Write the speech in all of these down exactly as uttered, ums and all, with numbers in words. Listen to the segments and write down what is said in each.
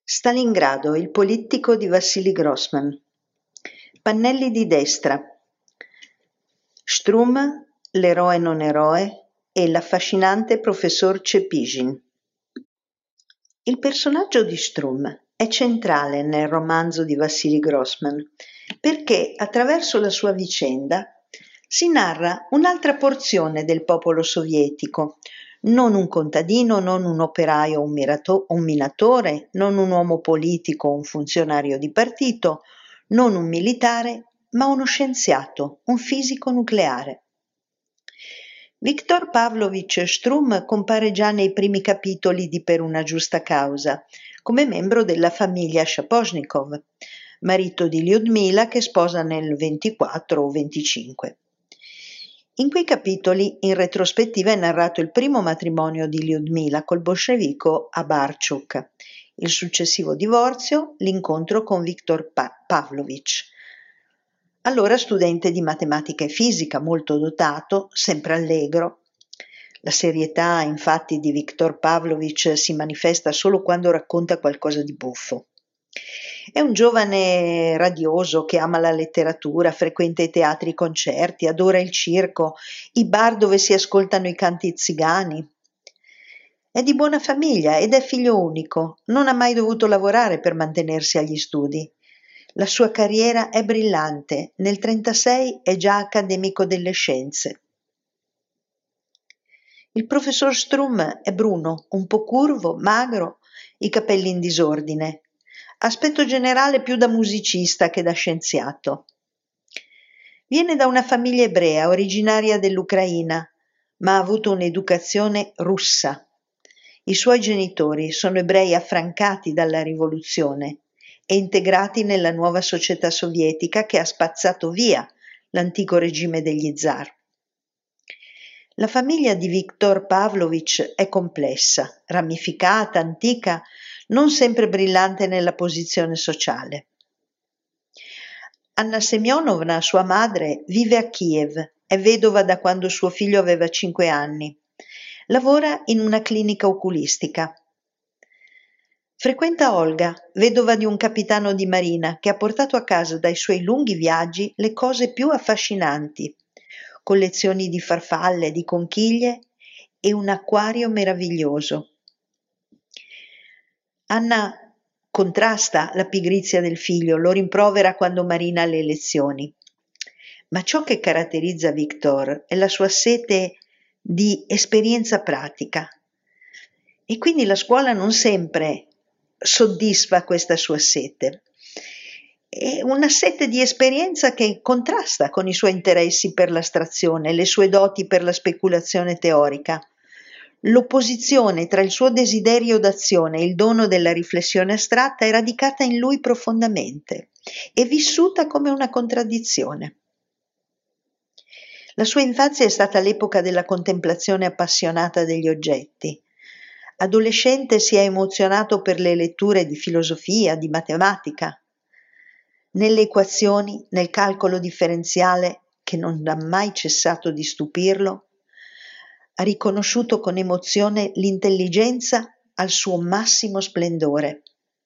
Stalingrado, il polittico di Vassili Grossman. Pannelli di destra. Strum, l'eroe non eroe e l'affascinante professor Cepijin. Il personaggio di Strum è centrale nel romanzo di Vassili Grossman perché attraverso la sua vicenda si narra un'altra porzione del popolo sovietico, non un contadino, non un operaio o un, mirato- un minatore, non un uomo politico o un funzionario di partito, non un militare, ma uno scienziato, un fisico nucleare. Viktor Pavlovich Strum compare già nei primi capitoli di Per una giusta causa, come membro della famiglia Shaposhnikov, marito di Lyudmila che sposa nel ventiquattro o venticinque. In quei capitoli, in retrospettiva, è narrato il primo matrimonio di Lyudmila col bolscevico Abarchuk, il successivo divorzio, l'incontro con Viktor pa- Pavlovich, allora studente di matematica e fisica, molto dotato, sempre allegro. La serietà, infatti, di Viktor Pavlovich si manifesta solo quando racconta qualcosa di buffo. È un giovane radioso che ama la letteratura, frequenta i teatri e i concerti, adora il circo, i bar dove si ascoltano i canti zigani. È di buona famiglia ed è figlio unico, non ha mai dovuto lavorare per mantenersi agli studi. La sua carriera è brillante, nel trentasei è già accademico delle scienze. Il professor Strum è bruno, un po' curvo, magro, i capelli in disordine. Aspetto generale più da musicista che da scienziato. Viene da una famiglia ebrea, originaria dell'Ucraina, ma ha avuto un'educazione russa. I suoi genitori sono ebrei affrancati dalla rivoluzione e integrati nella nuova società sovietica che ha spazzato via l'antico regime degli zar. La famiglia di Viktor Pavlovich è complessa, ramificata, antica, non sempre brillante nella posizione sociale. Anna Semyonovna, sua madre, vive a Kiev, è vedova da quando suo figlio aveva cinque anni. Lavora in una clinica oculistica. Frequenta Olga, vedova di un capitano di marina, che ha portato a casa dai suoi lunghi viaggi le cose più affascinanti, collezioni di farfalle, di conchiglie e un acquario meraviglioso. Anna contrasta la pigrizia del figlio, lo rimprovera quando marina alle lezioni. Ma ciò che caratterizza Viktor è la sua sete di esperienza pratica. E quindi la scuola non sempre soddisfa questa sua sete. È una sete di esperienza che contrasta con i suoi interessi per l'astrazione, le sue doti per la speculazione teorica. L'opposizione tra il suo desiderio d'azione e il dono della riflessione astratta è radicata in lui profondamente e vissuta come una contraddizione. La sua infanzia è stata l'epoca della contemplazione appassionata degli oggetti. Adolescente si è emozionato per le letture di filosofia, di matematica. Nelle equazioni, nel calcolo differenziale, che non ha mai cessato di stupirlo, ha riconosciuto con emozione l'intelligenza al suo massimo splendore.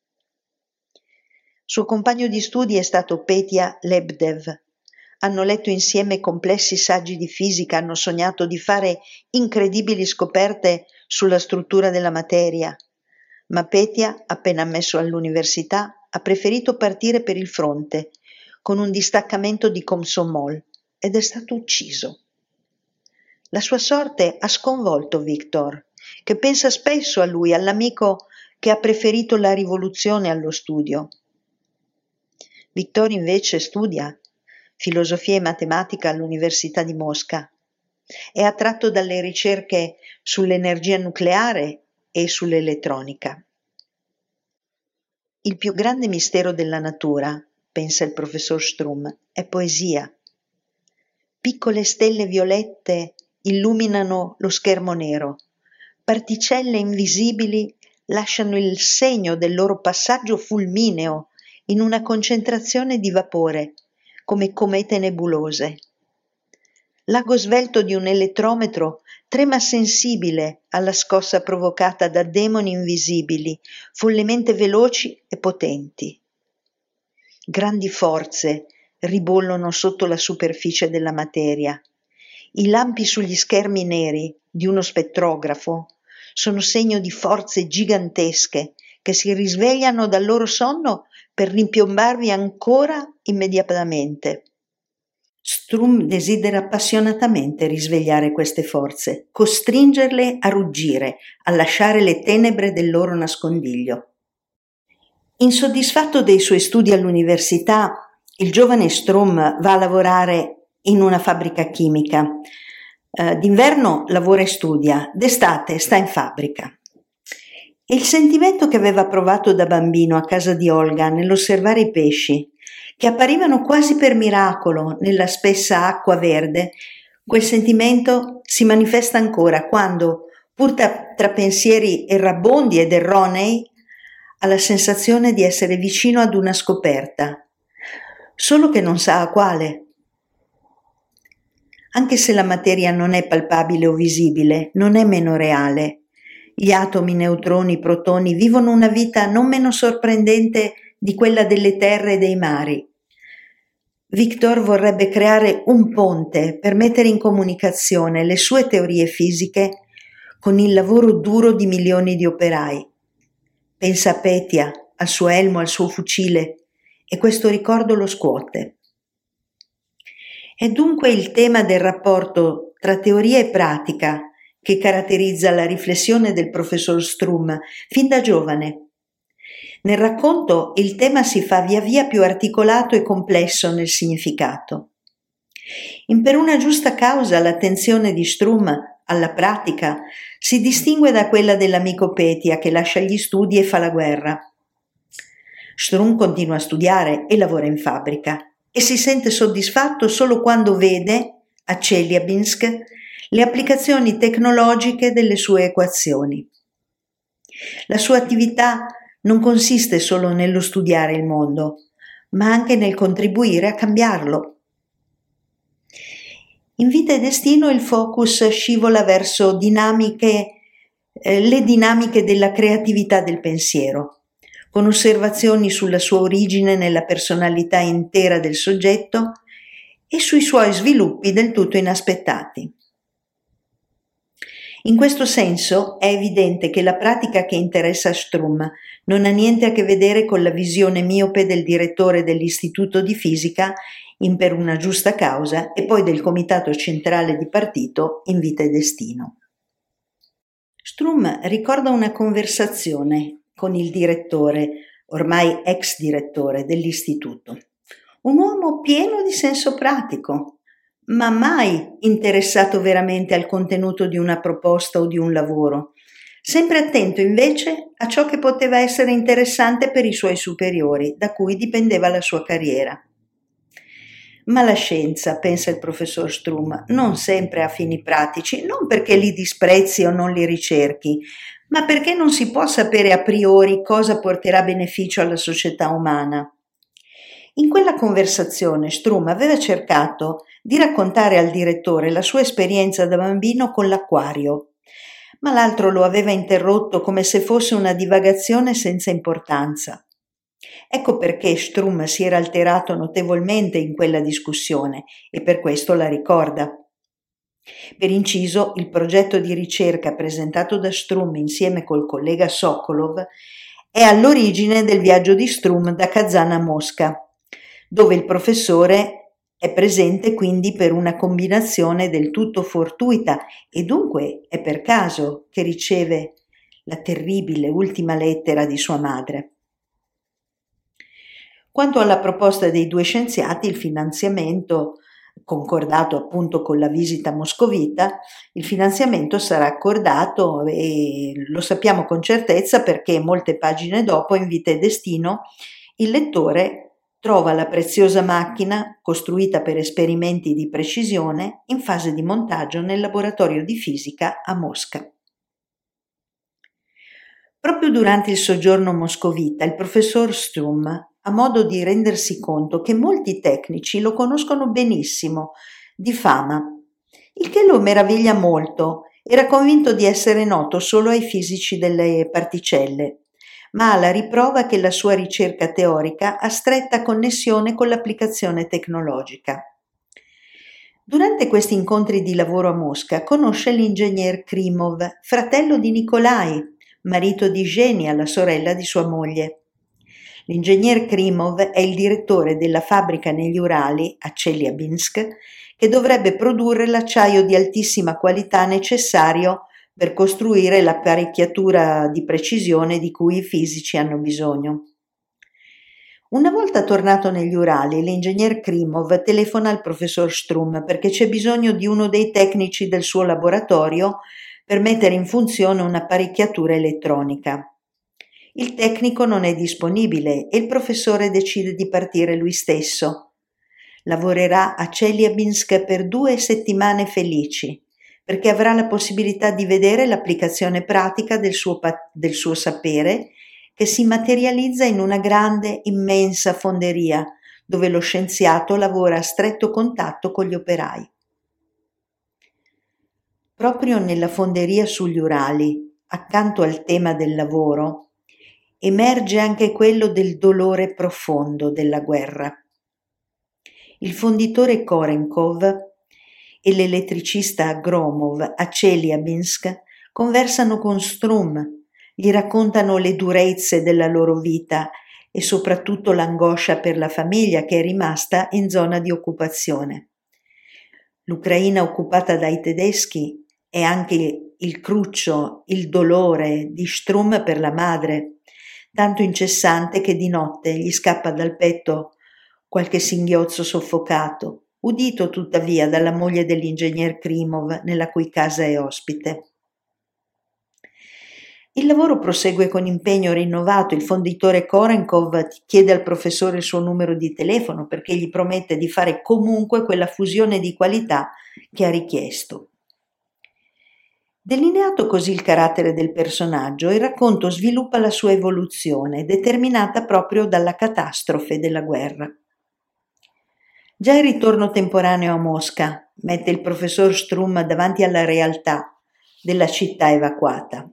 Suo compagno di studi è stato Petya Lebdev. Hanno letto insieme complessi saggi di fisica, hanno sognato di fare incredibili scoperte sulla struttura della materia. Ma Petya, appena ammesso all'università, ha preferito partire per il fronte con un distaccamento di Komsomol ed è stato ucciso. La sua sorte ha sconvolto Viktor, che pensa spesso a lui, all'amico che ha preferito la rivoluzione allo studio. Viktor invece studia filosofia e matematica all'Università di Mosca. È attratto dalle ricerche sull'energia nucleare e sull'elettronica. Il più grande mistero della natura, pensa il professor Strum, è poesia. Piccole stelle violette illuminano lo schermo nero. Particelle invisibili lasciano il segno del loro passaggio fulmineo in una concentrazione di vapore, come comete nebulose. L'ago svelto di un elettrometro trema sensibile alla scossa provocata da demoni invisibili, follemente veloci e potenti. Grandi forze ribollono sotto la superficie della materia. I lampi sugli schermi neri di uno spettrografo sono segno di forze gigantesche che si risvegliano dal loro sonno per rimpiombarvi ancora immediatamente. Strum desidera appassionatamente risvegliare queste forze, costringerle a ruggire, a lasciare le tenebre del loro nascondiglio. Insoddisfatto dei suoi studi all'università, il giovane Strum va a lavorare in una fabbrica chimica. Eh, d'inverno lavora e studia, d'estate sta in fabbrica. E il sentimento che aveva provato da bambino a casa di Olga nell'osservare i pesci, che apparivano quasi per miracolo nella spessa acqua verde, quel sentimento si manifesta ancora quando, pur tra, tra pensieri errabondi ed erronei, ha la sensazione di essere vicino ad una scoperta, solo che non sa a quale. Anche se la materia non è palpabile o visibile, non è meno reale. Gli atomi, neutroni, protoni vivono una vita non meno sorprendente di quella delle terre e dei mari. Victor vorrebbe creare un ponte per mettere in comunicazione le sue teorie fisiche con il lavoro duro di milioni di operai. Pensa a Petya, al suo elmo, al suo fucile, e questo ricordo lo scuote. È dunque il tema del rapporto tra teoria e pratica che caratterizza la riflessione del professor Strum fin da giovane. Nel racconto il tema si fa via via più articolato e complesso nel significato. In Per una giusta causa l'attenzione di Strum alla pratica si distingue da quella dell'amico Petya che lascia gli studi e fa la guerra. Strum continua a studiare e lavora in fabbrica e si sente soddisfatto solo quando vede, a Chelyabinsk, le applicazioni tecnologiche delle sue equazioni. La sua attività non consiste solo nello studiare il mondo, ma anche nel contribuire a cambiarlo. In Vita e Destino il focus scivola verso dinamiche, eh, le dinamiche della creatività del pensiero, con osservazioni sulla sua origine nella personalità intera del soggetto e sui suoi sviluppi del tutto inaspettati. In questo senso è evidente che la pratica che interessa Strum non ha niente a che vedere con la visione miope del direttore dell'Istituto di Fisica in Per una giusta causa e poi del Comitato Centrale di Partito in Vita e Destino. Strum ricorda una conversazione con il direttore, ormai ex direttore dell'Istituto, un uomo pieno di senso pratico, ma mai interessato veramente al contenuto di una proposta o di un lavoro, sempre attento invece a ciò che poteva essere interessante per i suoi superiori, da cui dipendeva la sua carriera. Ma la scienza, pensa il professor Strum, non sempre ha fini pratici, non perché li disprezzi o non li ricerchi, ma perché non si può sapere a priori cosa porterà beneficio alla società umana. In quella conversazione Strum aveva cercato di raccontare al direttore la sua esperienza da bambino con l'acquario, ma l'altro lo aveva interrotto come se fosse una divagazione senza importanza. Ecco perché Strum si era alterato notevolmente in quella discussione e per questo la ricorda. Per inciso, il progetto di ricerca presentato da Strum insieme col collega Sokolov è all'origine del viaggio di Strum da Kazan a Mosca, dove il professore è presente quindi per una combinazione del tutto fortuita e dunque è per caso che riceve la terribile ultima lettera di sua madre. Quanto alla proposta dei due scienziati, il finanziamento, concordato appunto con la visita moscovita, il finanziamento sarà accordato e lo sappiamo con certezza perché molte pagine dopo, in Vita e Destino, il lettore trova la preziosa macchina, costruita per esperimenti di precisione, in fase di montaggio nel laboratorio di fisica a Mosca. Proprio durante il soggiorno moscovita, il professor Strum ha modo di rendersi conto che molti tecnici lo conoscono benissimo, di fama, il che lo meraviglia molto. Era convinto di essere noto solo ai fisici delle particelle, ma ha la riprova che la sua ricerca teorica ha stretta connessione con l'applicazione tecnologica. Durante questi incontri di lavoro a Mosca conosce l'ingegner Krimov, fratello di Nikolai, marito di Zhenia, la sorella di sua moglie. L'ingegner Krimov è il direttore della fabbrica negli Urali, a Chelyabinsk, che dovrebbe produrre l'acciaio di altissima qualità necessario per costruire l'apparecchiatura di precisione di cui i fisici hanno bisogno. Una volta tornato negli Urali, l'ingegner Krimov telefona al professor Strum perché c'è bisogno di uno dei tecnici del suo laboratorio per mettere in funzione un'apparecchiatura elettronica. Il tecnico non è disponibile e il professore decide di partire lui stesso. Lavorerà a Chelyabinsk per due settimane felici, perché avrà la possibilità di vedere l'applicazione pratica del suo, pa- del suo sapere, che si materializza in una grande, immensa fonderia, dove lo scienziato lavora a stretto contatto con gli operai. Proprio nella fonderia sugli Urali, accanto al tema del lavoro, emerge anche quello del dolore profondo della guerra. Il fonditore Korenkov e l'elettricista Gromov a Chelyabinsk conversano con Strum, gli raccontano le durezze della loro vita e soprattutto l'angoscia per la famiglia che è rimasta in zona di occupazione. L'Ucraina occupata dai tedeschi è anche il cruccio, il dolore di Strum per la madre, tanto incessante che di notte gli scappa dal petto qualche singhiozzo soffocato, udito tuttavia dalla moglie dell'ingegner Krimov, nella cui casa è ospite. Il lavoro prosegue con impegno rinnovato. Il fonditore Korenkov chiede al professore il suo numero di telefono perché gli promette di fare comunque quella fusione di qualità che ha richiesto. Delineato così il carattere del personaggio, il racconto sviluppa la sua evoluzione, determinata proprio dalla catastrofe della guerra. Già il ritorno temporaneo a Mosca mette il professor Strum davanti alla realtà della città evacuata.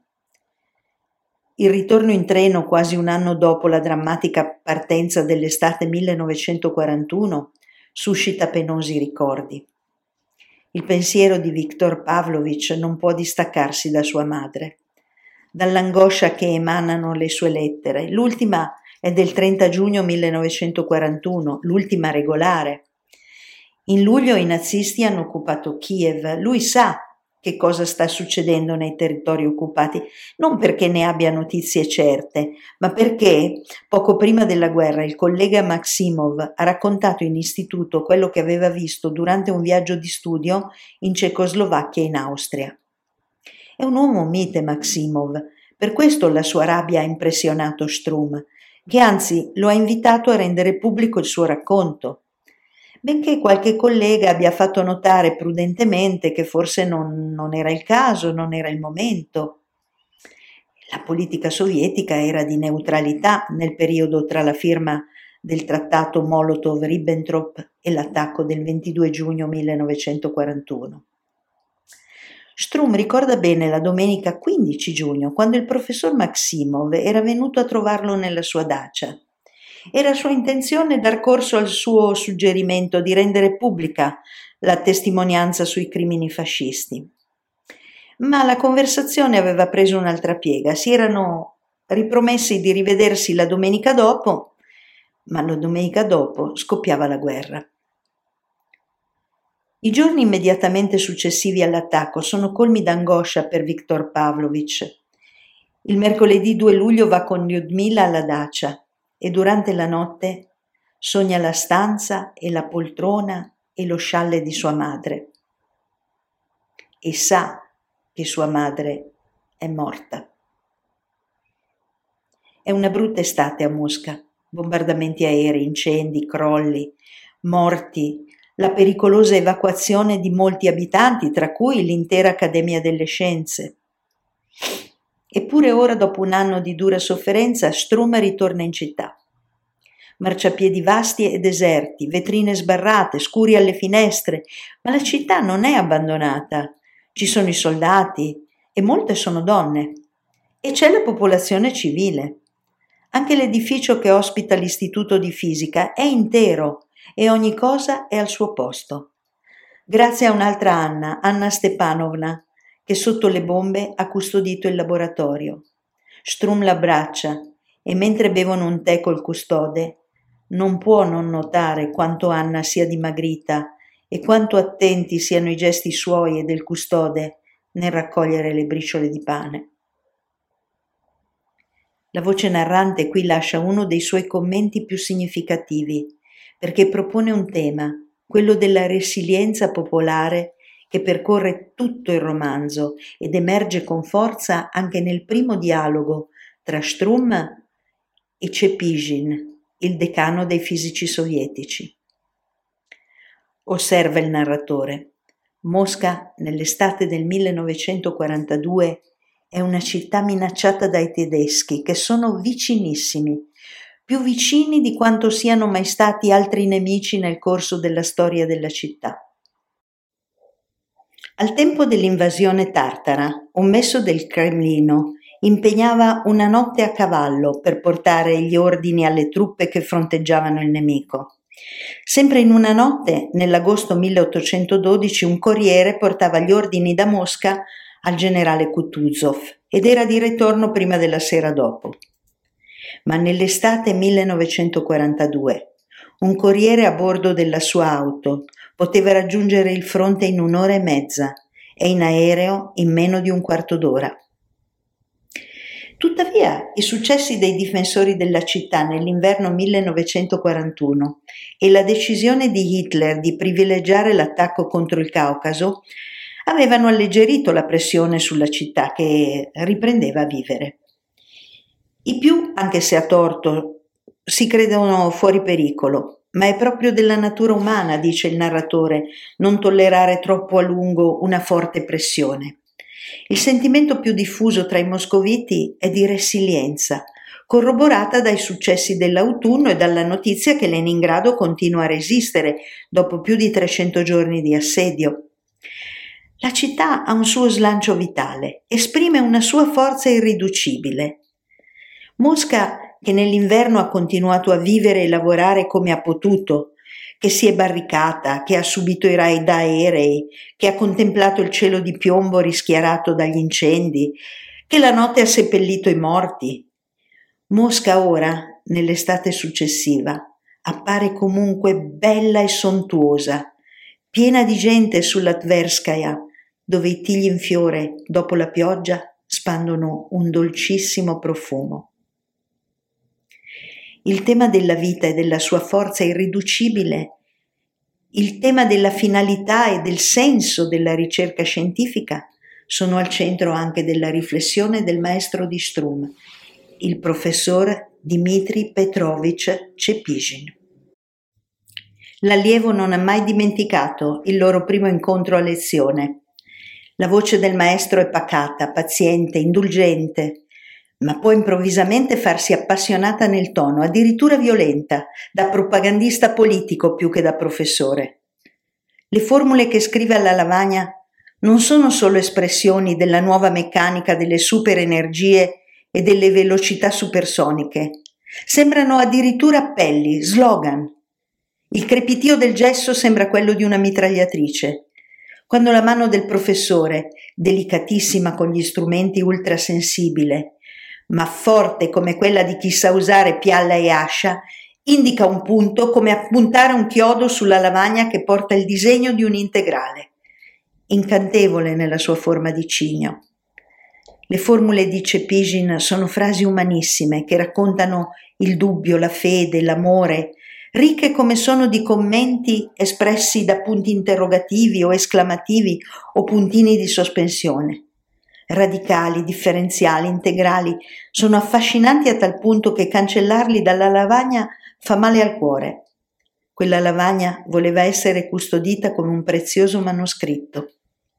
Il ritorno in treno quasi un anno dopo la drammatica partenza dell'estate millenovecentoquarantuno suscita penosi ricordi. Il pensiero di Viktor Pavlovich non può distaccarsi da sua madre, dall'angoscia che emanano le sue lettere. L'ultima è del trenta giugno millenovecentoquarantuno, l'ultima regolare. In luglio i nazisti hanno occupato Kiev. Lui sa che cosa sta succedendo nei territori occupati, non perché ne abbia notizie certe, ma perché poco prima della guerra il collega Maximov ha raccontato in istituto quello che aveva visto durante un viaggio di studio in Cecoslovacchia e in Austria. È un uomo mite Maximov, per questo la sua rabbia ha impressionato Strum, che anzi lo ha invitato a rendere pubblico il suo racconto, benché qualche collega abbia fatto notare prudentemente che forse non, non era il caso, non era il momento. La politica sovietica era di neutralità nel periodo tra la firma del trattato Molotov-Ribbentrop e l'attacco del ventidue giugno millenovecentoquarantuno. Strum ricorda bene la domenica quindici giugno, quando il professor Maximov era venuto a trovarlo nella sua dacia. Era sua intenzione dar corso al suo suggerimento di rendere pubblica la testimonianza sui crimini fascisti. Ma la conversazione aveva preso un'altra piega. Si erano ripromessi di rivedersi la domenica dopo, ma la domenica dopo scoppiava la guerra. I giorni immediatamente successivi all'attacco sono colmi d'angoscia per Viktor Pavlovich. Il mercoledì due luglio va con Lyudmila alla dacia e durante la notte sogna la stanza e la poltrona e lo scialle di sua madre e sa che sua madre è morta. È una brutta estate a Mosca, bombardamenti aerei, incendi, crolli, morti, la pericolosa evacuazione di molti abitanti, tra cui l'intera Accademia delle Scienze. Eppure ora, dopo un anno di dura sofferenza, Strum ritorna in città. marciapiedi vasti e deserti, vetrine sbarrate, scuri alle finestre, ma la città non è abbandonata. Ci sono i soldati e molte sono donne. E c'è la popolazione civile. Anche l'edificio che ospita l'istituto di fisica è intero e ogni cosa è al suo posto. Grazie a un'altra Anna, Anna Stepanovna, che sotto le bombe ha custodito il laboratorio. Strum l'abbraccia e mentre bevono un tè col custode non può non notare quanto Anna sia dimagrita e quanto attenti siano i gesti suoi e del custode nel raccogliere le briciole di pane. La voce narrante qui lascia uno dei suoi commenti più significativi, perché propone un tema, quello della resilienza popolare che percorre tutto il romanzo ed emerge con forza anche nel primo dialogo tra Strum e Cepijin, il decano dei fisici sovietici. Osserva il narratore. Mosca, nell'estate del millenovecentoquarantadue, è una città minacciata dai tedeschi, che sono vicinissimi, più vicini di quanto siano mai stati altri nemici nel corso della storia della città. Al tempo dell'invasione tartara, un messo del Cremlino impegnava una notte a cavallo per portare gli ordini alle truppe che fronteggiavano il nemico. Sempre in una notte, nell'agosto milleottocentododici, un corriere portava gli ordini da Mosca al generale Kutuzov ed era di ritorno prima della sera dopo. Ma nell'estate millenovecentoquarantadue un corriere a bordo della sua auto poteva raggiungere il fronte in un'ora e mezza e in aereo in meno di un quarto d'ora. Tuttavia, i successi dei difensori della città nell'inverno millenovecentoquarantuno e la decisione di Hitler di privilegiare l'attacco contro il Caucaso avevano alleggerito la pressione sulla città che riprendeva a vivere. I più, anche se a torto, si credono fuori pericolo, ma è proprio della natura umana, dice il narratore, non tollerare troppo a lungo una forte pressione. Il sentimento più diffuso tra i moscoviti è di resilienza, corroborata dai successi dell'autunno e dalla notizia che Leningrado continua a resistere dopo più di trecento giorni di assedio. La città ha un suo slancio vitale, esprime una sua forza irriducibile. Mosca, che nell'inverno ha continuato a vivere e lavorare come ha potuto, che si è barricata, che ha subito i raid aerei, che ha contemplato il cielo di piombo rischiarato dagli incendi, che la notte ha seppellito i morti. Mosca ora, nell'estate successiva, appare comunque bella e sontuosa, piena di gente sulla Tverskaya, dove i tigli in fiore, dopo la pioggia, spandono un dolcissimo profumo. Il tema della vita e della sua forza irriducibile, il tema della finalità e del senso della ricerca scientifica sono al centro anche della riflessione del maestro di Strum, il professor Dmitry Petrovich Cepijin. L'allievo non ha mai dimenticato il loro primo incontro a lezione. La voce del maestro è pacata, paziente, indulgente, ma può improvvisamente farsi appassionata nel tono, addirittura violenta, da propagandista politico più che da professore. Le formule che scrive alla lavagna non sono solo espressioni della nuova meccanica delle superenergie e delle velocità supersoniche. Sembrano addirittura appelli, slogan. Il crepitio del gesso sembra quello di una mitragliatrice. Quando la mano del professore, delicatissima con gli strumenti ultrasensibile, ma forte come quella di chi sa usare pialla e ascia, indica un punto come appuntare un chiodo sulla lavagna che porta il disegno di un integrale, incantevole nella sua forma di cigno. Le formule di Cepijin sono frasi umanissime che raccontano il dubbio, la fede, l'amore, ricche come sono di commenti espressi da punti interrogativi o esclamativi o puntini di sospensione. Radicali, differenziali, integrali, sono affascinanti a tal punto che cancellarli dalla lavagna fa male al cuore. Quella lavagna voleva essere custodita come un prezioso manoscritto.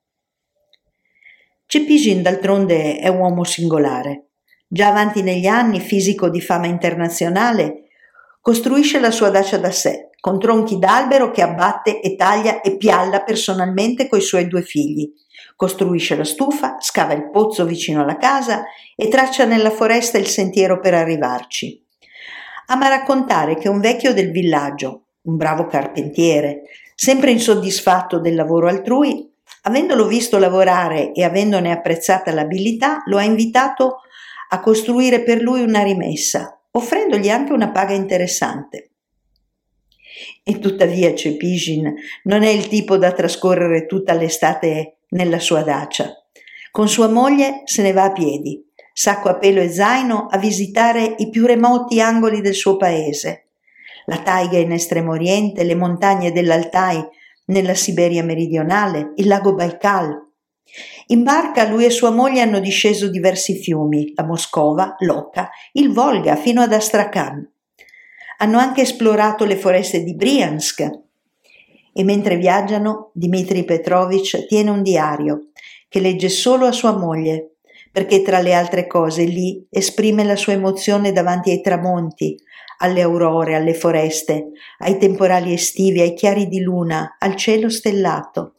Cepijin d'altronde è un uomo singolare. Già avanti negli anni, fisico di fama internazionale, Costruisce la sua dacia da sé, con tronchi d'albero che abbatte e taglia e pialla personalmente coi suoi due figli. Costruisce la stufa, scava il pozzo vicino alla casa e traccia nella foresta il sentiero per arrivarci. Ama raccontare che un vecchio del villaggio, un bravo carpentiere, sempre insoddisfatto del lavoro altrui, avendolo visto lavorare e avendone apprezzata l'abilità, lo ha invitato a costruire per lui una rimessa, offrendogli anche una paga interessante. E tuttavia Cepijin non è il tipo da trascorrere tutta l'estate nella sua dacia. Con sua moglie se ne va a piedi, sacco a pelo e zaino, a visitare i più remoti angoli del suo paese, la taiga in Estremo Oriente, le montagne dell'Altai nella Siberia meridionale, il lago Baikal. In barca lui e sua moglie hanno disceso diversi fiumi, la Moscova, l'Oka, il Volga fino ad Astrakhan. Hanno anche esplorato le foreste di Briansk e mentre viaggiano Dmitry Petrovich tiene un diario che legge solo a sua moglie, perché tra le altre cose lì esprime la sua emozione davanti ai tramonti, alle aurore, alle foreste, ai temporali estivi, ai chiari di luna, al cielo stellato.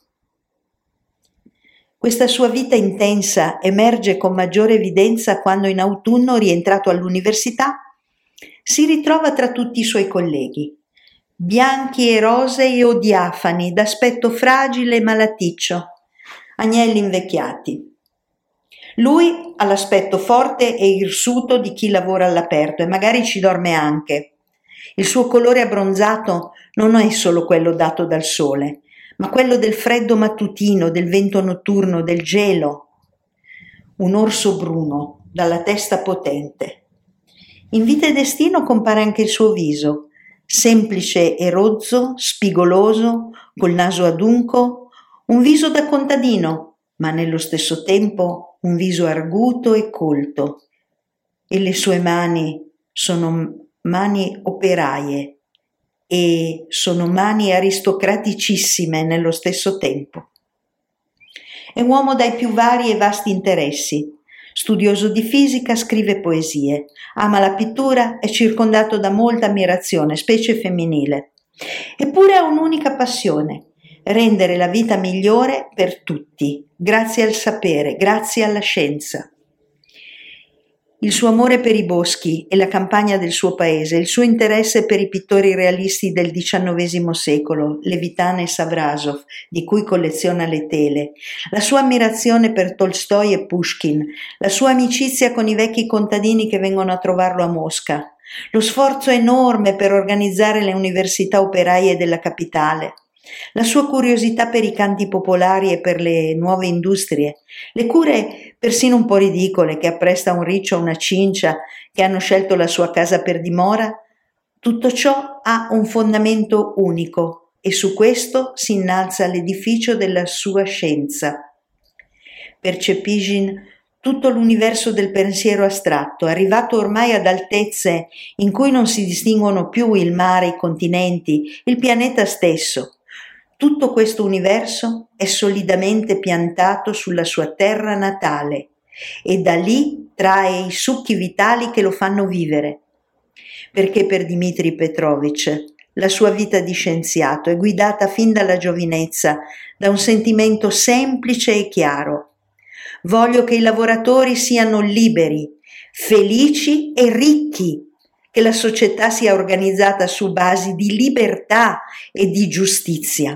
Questa sua vita intensa emerge con maggiore evidenza quando in autunno, rientrato all'università, si ritrova tra tutti i suoi colleghi, bianchi e rosei o diafani, d'aspetto fragile e malaticcio, agnelli invecchiati. Lui ha l'aspetto forte e irsuto di chi lavora all'aperto e magari ci dorme anche. Il suo colore abbronzato non è solo quello dato dal sole, ma quello del freddo mattutino, del vento notturno, del gelo. Un orso bruno, dalla testa potente. In Vita e Destino compare anche il suo viso, semplice e rozzo, spigoloso, col naso adunco, un viso da contadino, ma nello stesso tempo un viso arguto e colto. E le sue mani sono mani operaie e sono mani aristocraticissime nello stesso tempo. È un uomo dai più vari e vasti interessi. Studioso di fisica, scrive poesie, ama la pittura, è circondato da molta ammirazione, specie femminile. Eppure ha un'unica passione: rendere la vita migliore per tutti, grazie al sapere, grazie alla scienza. Il suo amore per i boschi e la campagna del suo paese, il suo interesse per i pittori realisti del diciannovesimo secolo, Levitan e Savrasov, di cui colleziona le tele, la sua ammirazione per Tolstoi e Pushkin, la sua amicizia con i vecchi contadini che vengono a trovarlo a Mosca, lo sforzo enorme per organizzare le università operaie della capitale, la sua curiosità per i canti popolari e per le nuove industrie, le cure persino un po' ridicole che appresta un riccio o una cincia che hanno scelto la sua casa per dimora, tutto ciò ha un fondamento unico e su questo si innalza l'edificio della sua scienza. Per Cepijin tutto l'universo del pensiero astratto, arrivato ormai ad altezze in cui non si distinguono più il mare, i continenti, il pianeta stesso, tutto questo universo è solidamente piantato sulla sua terra natale e da lì trae i succhi vitali che lo fanno vivere. Perché per Dmitry Petrovich la sua vita di scienziato è guidata fin dalla giovinezza da un sentimento semplice e chiaro. Voglio che i lavoratori siano liberi, felici e ricchi, che la società sia organizzata su basi di libertà e di giustizia.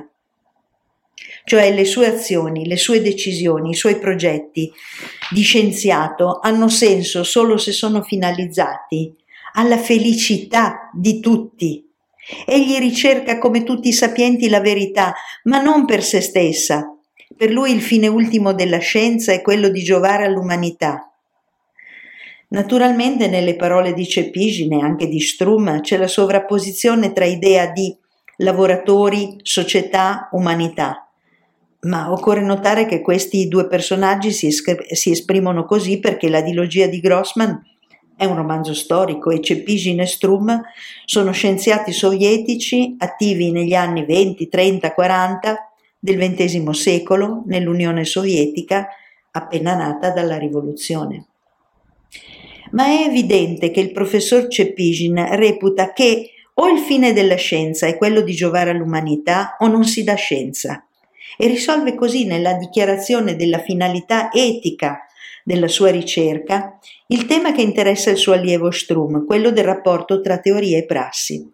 Cioè le sue azioni, le sue decisioni, i suoi progetti di scienziato hanno senso solo se sono finalizzati alla felicità di tutti. Egli ricerca come tutti i sapienti la verità, ma non per se stessa. Per lui il fine ultimo della scienza è quello di giovare all'umanità. Naturalmente nelle parole di Cepijin e anche di Strum c'è la sovrapposizione tra idea di lavoratori, società, umanità. Ma occorre notare che questi due personaggi si, es- si esprimono così perché la dilogia di Grossman è un romanzo storico e Cepijin e Strum sono scienziati sovietici attivi negli anni venti, trenta, quaranta del ventesimo secolo nell'Unione Sovietica appena nata dalla rivoluzione. Ma è evidente che il professor Cepijin reputa che O il fine della scienza è quello di giovare all'umanità o non si dà scienza, e risolve così nella dichiarazione della finalità etica della sua ricerca il tema che interessa il suo allievo Strum, quello del rapporto tra teoria e prassi.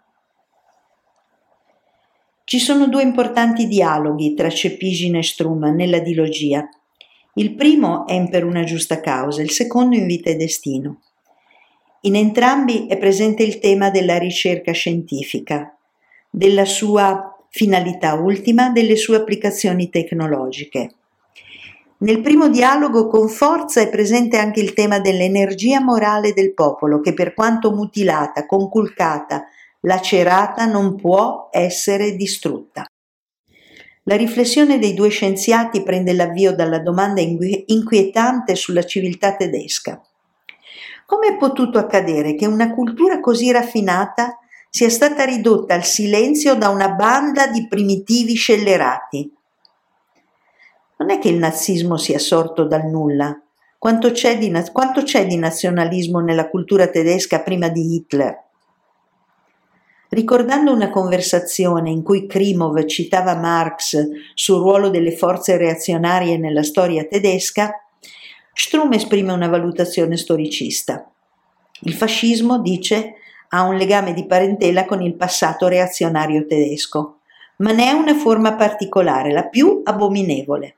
Ci sono due importanti dialoghi tra Cepigin e Strum nella dilogia. Il primo è in Per una giusta causa, il secondo in Vita e destino. In entrambi è presente il tema della ricerca scientifica, della sua finalità ultima, delle sue applicazioni tecnologiche. Nel primo dialogo con forza è presente anche il tema dell'energia morale del popolo che, per quanto mutilata, conculcata, lacerata, non può essere distrutta. La riflessione dei due scienziati prende l'avvio dalla domanda inquietante sulla civiltà tedesca. Come è potuto accadere che una cultura così raffinata sia stata ridotta al silenzio da una banda di primitivi scellerati? Non è che il nazismo sia sorto dal nulla. Quanto c'è di, quanto c'è di nazionalismo nella cultura tedesca prima di Hitler? Ricordando una conversazione in cui Krimov citava Marx sul ruolo delle forze reazionarie nella storia tedesca, Strum esprime una valutazione storicista. Il fascismo, dice, ha un legame di parentela con il passato reazionario tedesco, ma ne è una forma particolare, la più abominevole.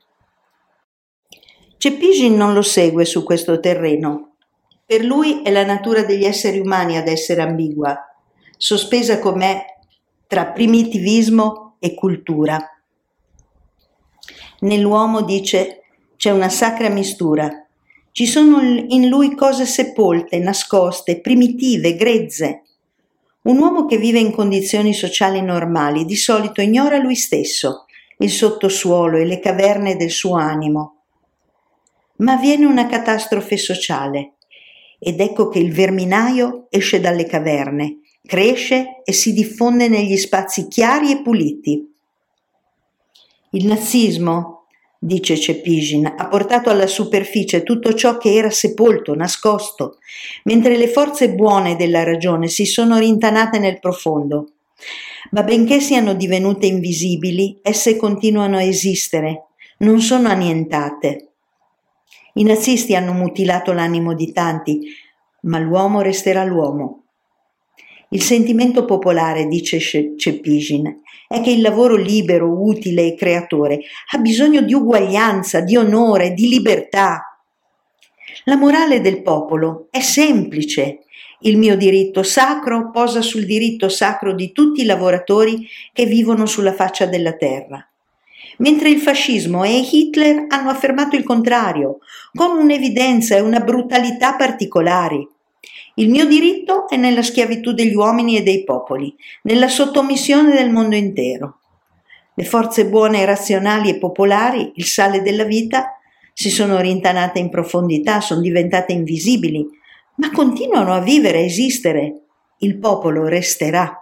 Cepigin non lo segue su questo terreno. Per lui è la natura degli esseri umani ad essere ambigua, sospesa com'è tra primitivismo e cultura. Nell'uomo, dice, c'è una sacra mistura. Ci sono in lui cose sepolte, nascoste, primitive, grezze. Un uomo che vive in condizioni sociali normali di solito ignora lui stesso, il sottosuolo e le caverne del suo animo. Ma avviene una catastrofe sociale ed ecco che il verminaio esce dalle caverne, cresce e si diffonde negli spazi chiari e puliti. Il nazismo, dice Cepigin, ha portato alla superficie tutto ciò che era sepolto, nascosto, mentre le forze buone della ragione si sono rintanate nel profondo. Ma benché siano divenute invisibili, esse continuano a esistere, non sono annientate. I nazisti hanno mutilato l'animo di tanti, ma l'uomo resterà l'uomo. Il sentimento popolare, dice Cepigin, è che il lavoro libero, utile e creatore ha bisogno di uguaglianza, di onore, di libertà. La morale del popolo è semplice. Il mio diritto sacro posa sul diritto sacro di tutti i lavoratori che vivono sulla faccia della terra. Mentre il fascismo e Hitler hanno affermato il contrario, con un'evidenza e una brutalità particolari. Il mio diritto è nella schiavitù degli uomini e dei popoli, nella sottomissione del mondo intero. Le forze buone, razionali e popolari, il sale della vita, si sono rintanate in profondità, sono diventate invisibili, ma continuano a vivere, a esistere. Il popolo resterà.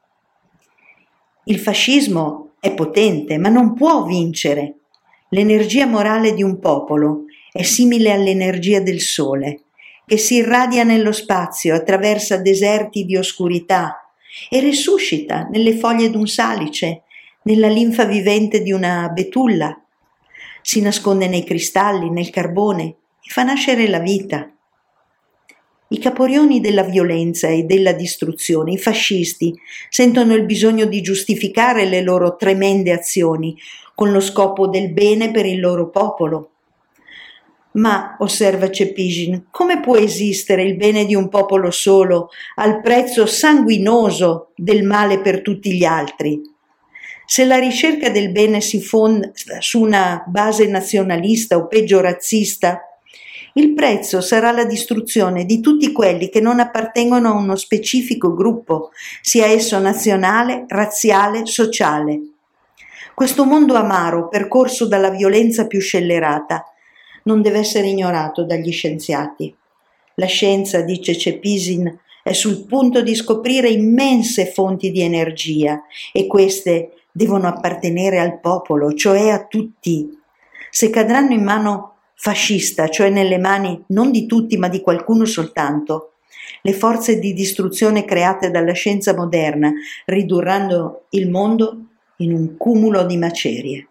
Il fascismo è potente, ma non può vincere. L'energia morale di un popolo è simile all'energia del sole, che si irradia nello spazio, attraversa deserti di oscurità e risuscita nelle foglie d'un salice, nella linfa vivente di una betulla. Si nasconde nei cristalli, nel carbone e fa nascere la vita. I caporioni della violenza e della distruzione, i fascisti, sentono il bisogno di giustificare le loro tremende azioni con lo scopo del bene per il loro popolo. Ma, osserva Cepigin, come può esistere il bene di un popolo solo al prezzo sanguinoso del male per tutti gli altri? Se la ricerca del bene si fonda su una base nazionalista o peggio razzista, il prezzo sarà la distruzione di tutti quelli che non appartengono a uno specifico gruppo, sia esso nazionale, razziale, sociale. Questo mondo amaro, percorso dalla violenza più scellerata, non deve essere ignorato dagli scienziati. La scienza, dice Cepigin, è sul punto di scoprire immense fonti di energia e queste devono appartenere al popolo, cioè a tutti. Se cadranno in mano fascista, cioè nelle mani non di tutti ma di qualcuno soltanto, le forze di distruzione create dalla scienza moderna ridurranno il mondo in un cumulo di macerie.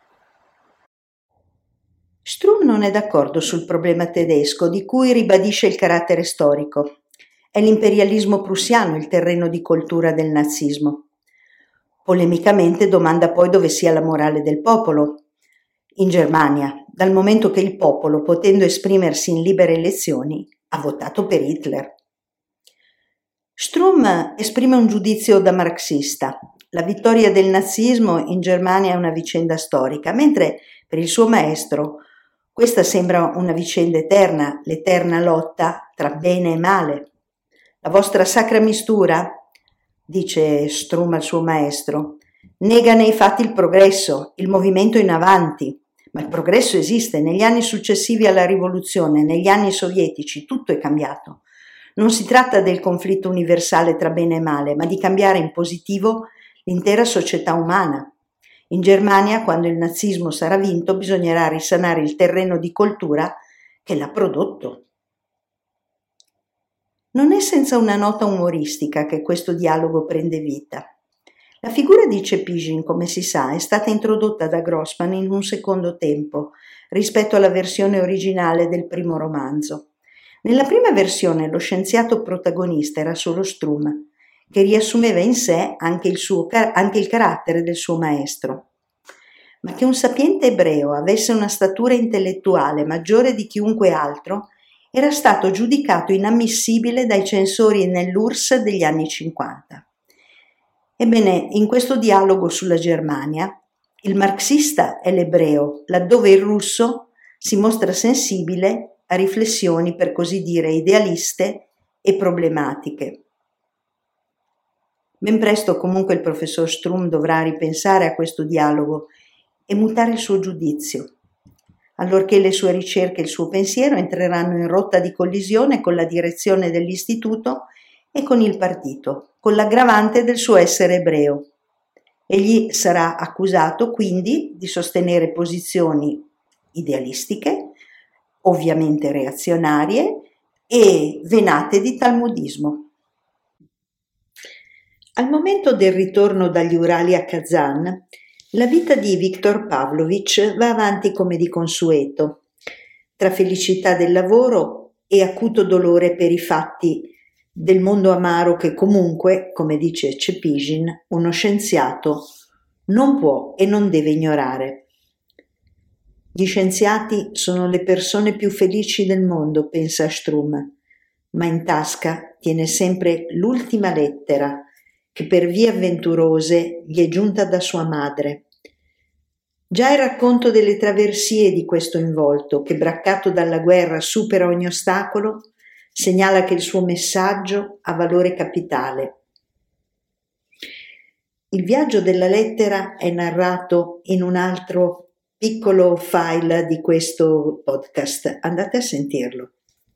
Strum non è d'accordo sul problema tedesco, di cui ribadisce il carattere storico. È l'imperialismo prussiano il terreno di coltura del nazismo. Polemicamente domanda poi dove sia la morale del popolo. In Germania, dal momento che il popolo, potendo esprimersi in libere elezioni, ha votato per Hitler. Strum esprime un giudizio da marxista. La vittoria del nazismo in Germania è una vicenda storica, mentre per il suo maestro questa sembra una vicenda eterna, l'eterna lotta tra bene e male. La vostra sacra mistura, dice Strum al suo maestro, nega nei fatti il progresso, il movimento in avanti. Ma il progresso esiste. Negli anni successivi alla rivoluzione, negli anni sovietici, tutto è cambiato. Non si tratta del conflitto universale tra bene e male, ma di cambiare in positivo l'intera società umana. In Germania, quando il nazismo sarà vinto, bisognerà risanare il terreno di coltura che l'ha prodotto. Non è senza una nota umoristica che questo dialogo prende vita. La figura di Cepijin, come si sa, è stata introdotta da Grossman in un secondo tempo rispetto alla versione originale del primo romanzo. Nella prima versione lo scienziato protagonista era solo Strum, che riassumeva in sé anche il, suo, anche il carattere del suo maestro. Ma che un sapiente ebreo avesse una statura intellettuale maggiore di chiunque altro era stato giudicato inammissibile dai censori nell'U R S S degli anni cinquanta. Ebbene, in questo dialogo sulla Germania, il marxista è l'ebreo, laddove il russo si mostra sensibile a riflessioni, per così dire, idealiste e problematiche. Ben presto comunque il professor Strum dovrà ripensare a questo dialogo e mutare il suo giudizio, allorché le sue ricerche e il suo pensiero entreranno in rotta di collisione con la direzione dell'istituto e con il partito, con l'aggravante del suo essere ebreo. Egli sarà accusato quindi di sostenere posizioni idealistiche, ovviamente reazionarie e venate di talmudismo. Al momento del ritorno dagli Urali a Kazan, la vita di Viktor Pavlovich va avanti come di consueto, tra felicità del lavoro e acuto dolore per i fatti del mondo amaro che comunque, come dice Cepijin, uno scienziato non può e non deve ignorare. Gli scienziati sono le persone più felici del mondo, pensa Strum, ma in tasca tiene sempre l'ultima lettera che per vie avventurose gli è giunta da sua madre. Già il racconto delle traversie di questo involto, che braccato dalla guerra supera ogni ostacolo, segnala che il suo messaggio ha valore capitale. Il viaggio della lettera è narrato in un altro piccolo file di questo podcast. Andate a sentirlo.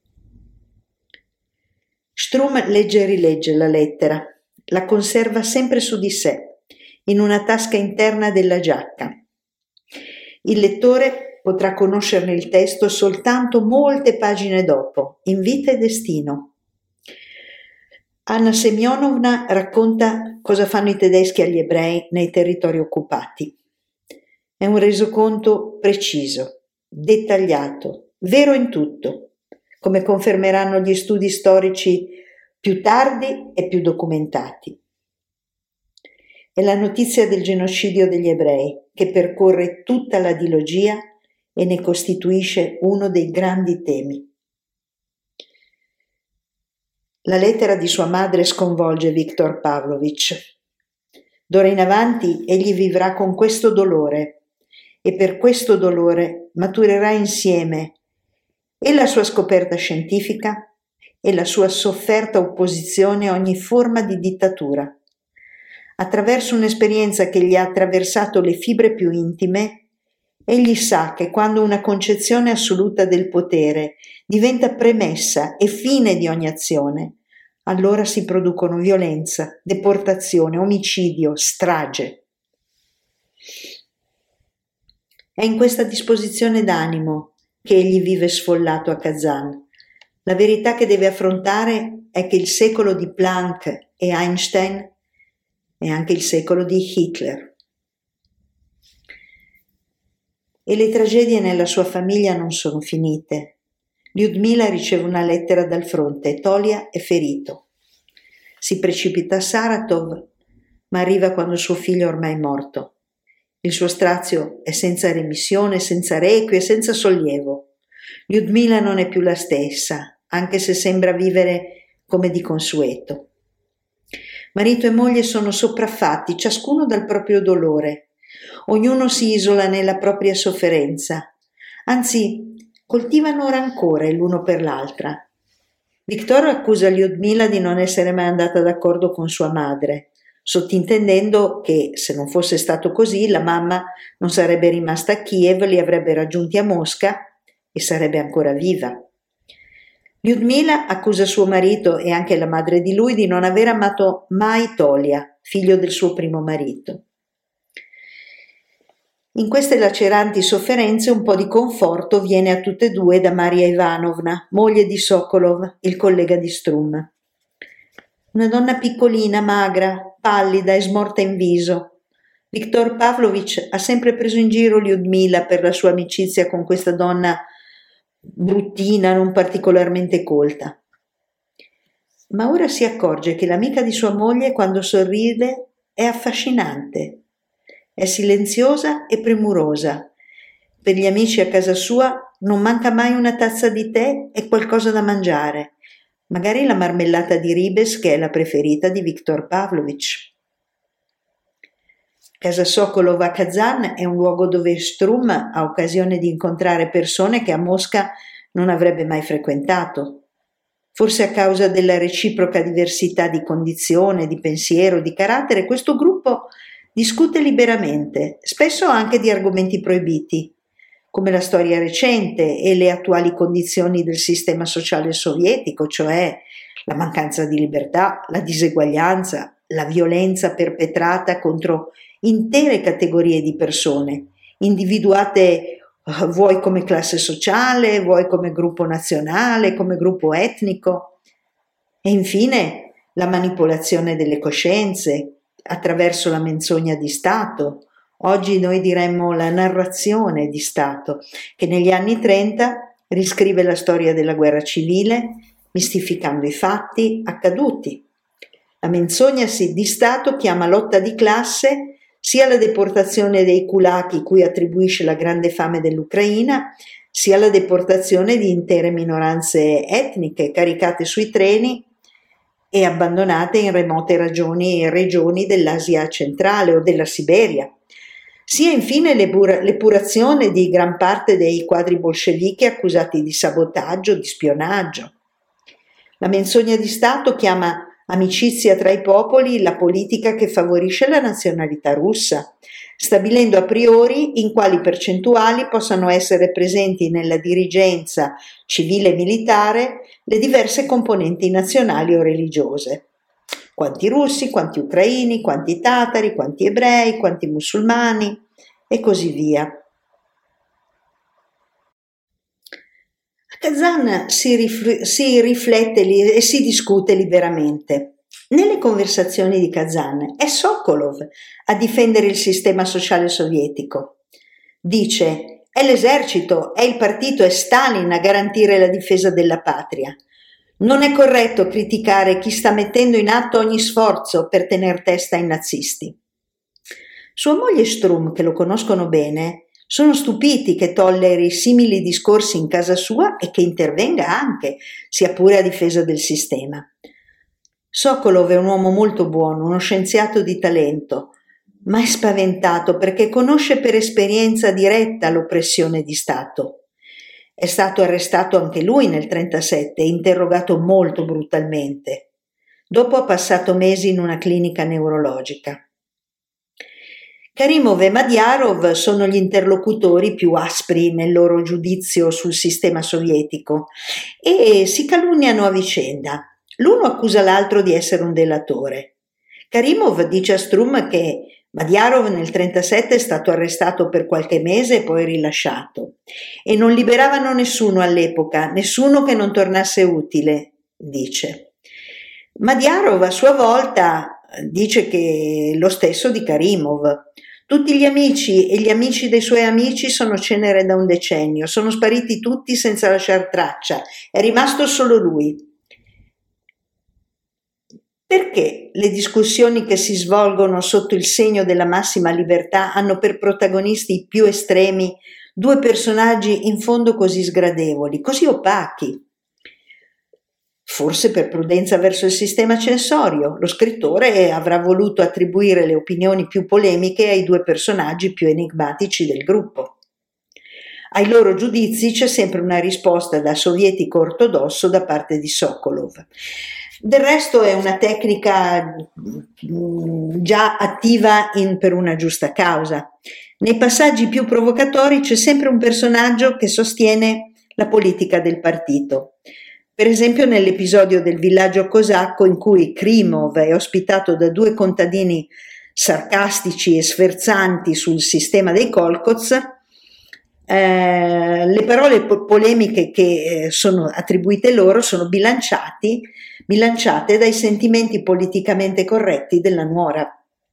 Strum legge e rilegge la lettera, la conserva sempre su di sé, in una tasca interna della giacca. Il lettore potrà conoscerne il testo soltanto molte pagine dopo, in Vita e Destino. Anna Semyonovna racconta cosa fanno i tedeschi agli ebrei nei territori occupati. È un resoconto preciso, dettagliato, vero in tutto, come confermeranno gli studi storici più tardi e più documentati. È la notizia del genocidio degli ebrei che percorre tutta la dilogia e ne costituisce uno dei grandi temi. La lettera di sua madre sconvolge Viktor Pavlovich. D'ora in avanti egli vivrà con questo dolore e per questo dolore maturerà insieme e la sua scoperta scientifica e la sua sofferta opposizione a ogni forma di dittatura. Attraverso un'esperienza che gli ha attraversato le fibre più intime, egli sa che quando una concezione assoluta del potere diventa premessa e fine di ogni azione, allora si producono violenza, deportazione, omicidio, strage. È in questa disposizione d'animo che egli vive sfollato a Kazan. La verità che deve affrontare è che il secolo di Planck e Einstein è anche il secolo di Hitler. E le tragedie nella sua famiglia non sono finite. Lyudmila riceve una lettera dal fronte: Tolia è ferito. Si precipita a Saratov, ma arriva quando suo figlio ormai è morto. Il suo strazio è senza remissione, senza requie, senza sollievo. Lyudmila non è più la stessa, anche se sembra vivere come di consueto. Marito e moglie sono sopraffatti, ciascuno dal proprio dolore. Ognuno si isola nella propria sofferenza. Anzi, coltivano rancore l'uno per l'altra. Victor accusa Lyudmila di non essere mai andata d'accordo con sua madre, sottintendendo che, se non fosse stato così, la mamma non sarebbe rimasta a Kiev, li avrebbe raggiunti a Mosca e sarebbe ancora viva. Lyudmila accusa suo marito e anche la madre di lui di non aver amato mai Tolia, figlio del suo primo marito. In queste laceranti sofferenze un po' di conforto viene a tutte e due da Maria Ivanovna, moglie di Sokolov, il collega di Strum. Una donna piccolina, magra, pallida e smorta in viso. Viktor Pavlovich ha sempre preso in giro Lyudmila per la sua amicizia con questa donna bruttina, non particolarmente colta. Ma ora si accorge che l'amica di sua moglie, quando sorride, è affascinante. È silenziosa e premurosa. Per gli amici a casa sua non manca mai una tazza di tè e qualcosa da mangiare, magari la marmellata di ribes che è la preferita di Viktor Pavlovich. Casa Sokolov a Kazan è un luogo dove Strum ha occasione di incontrare persone che a Mosca non avrebbe mai frequentato. Forse a causa della reciproca diversità di condizione, di pensiero, di carattere, questo gruppo discute liberamente, spesso anche di argomenti proibiti, come la storia recente e le attuali condizioni del sistema sociale sovietico, cioè la mancanza di libertà, la diseguaglianza, la violenza perpetrata contro intere categorie di persone, individuate vuoi come classe sociale, vuoi come gruppo nazionale, come gruppo etnico. E infine la manipolazione delle coscienze attraverso la menzogna di Stato. Oggi noi diremmo la narrazione di Stato, che negli anni trenta riscrive la storia della guerra civile, mistificando i fatti accaduti. La menzogna di Stato chiama lotta di classe sia la deportazione dei kulaki cui attribuisce la grande fame dell'Ucraina, sia la deportazione di intere minoranze etniche caricate sui treni e abbandonate in remote regioni, regioni dell'Asia centrale o della Siberia, sia infine l'epurazione di gran parte dei quadri bolscevichi accusati di sabotaggio, di spionaggio. La menzogna di Stato chiama amicizia tra i popoli la politica che favorisce la nazionalità russa, stabilendo a priori in quali percentuali possano essere presenti nella dirigenza civile e militare le diverse componenti nazionali o religiose. Quanti russi, quanti ucraini, quanti tatari, quanti ebrei, quanti musulmani e così via. A Kazan si, rif- si riflette li- e si discute liberamente. Nelle conversazioni di Kazan è Sokolov a difendere il sistema sociale sovietico. Dice: è l'esercito, è il partito, è Stalin a garantire la difesa della patria. Non è corretto criticare chi sta mettendo in atto ogni sforzo per tener testa ai nazisti. Sua moglie e Strum, che lo conoscono bene, sono stupiti che tolleri simili discorsi in casa sua e che intervenga anche, sia pure a difesa del sistema. Sokolov è un uomo molto buono, uno scienziato di talento, ma è spaventato perché conosce per esperienza diretta l'oppressione di Stato. È stato arrestato anche lui nel trentasette e interrogato molto brutalmente. Dopo ha passato mesi in una clinica neurologica. Karimov e Madiarov sono gli interlocutori più aspri nel loro giudizio sul sistema sovietico e si calunniano a vicenda. L'uno accusa l'altro di essere un delatore. Karimov dice a Strum che Madiarov nel trentasette è stato arrestato per qualche mese e poi rilasciato. E non liberavano nessuno all'epoca, nessuno che non tornasse utile, dice. Madiarov a sua volta dice che lo stesso di Karimov. Tutti gli amici e gli amici dei suoi amici sono cenere da un decennio, sono spariti tutti senza lasciar traccia, è rimasto solo lui. Perché le discussioni che si svolgono sotto il segno della massima libertà hanno per protagonisti i più estremi due personaggi in fondo così sgradevoli, così opachi? Forse per prudenza verso il sistema censorio, lo scrittore avrà voluto attribuire le opinioni più polemiche ai due personaggi più enigmatici del gruppo. Ai loro giudizi c'è sempre una risposta da sovietico ortodosso da parte di Sokolov. Del resto è una tecnica già attiva in Per una giusta causa. Nei passaggi più provocatori c'è sempre un personaggio che sostiene la politica del partito. Per esempio nell'episodio del villaggio cosacco in cui Krimov è ospitato da due contadini sarcastici e sferzanti sul sistema dei kolkhoz, eh, le parole po- polemiche che eh, sono attribuite loro sono bilanciati, bilanciate dai sentimenti politicamente corretti della nuora.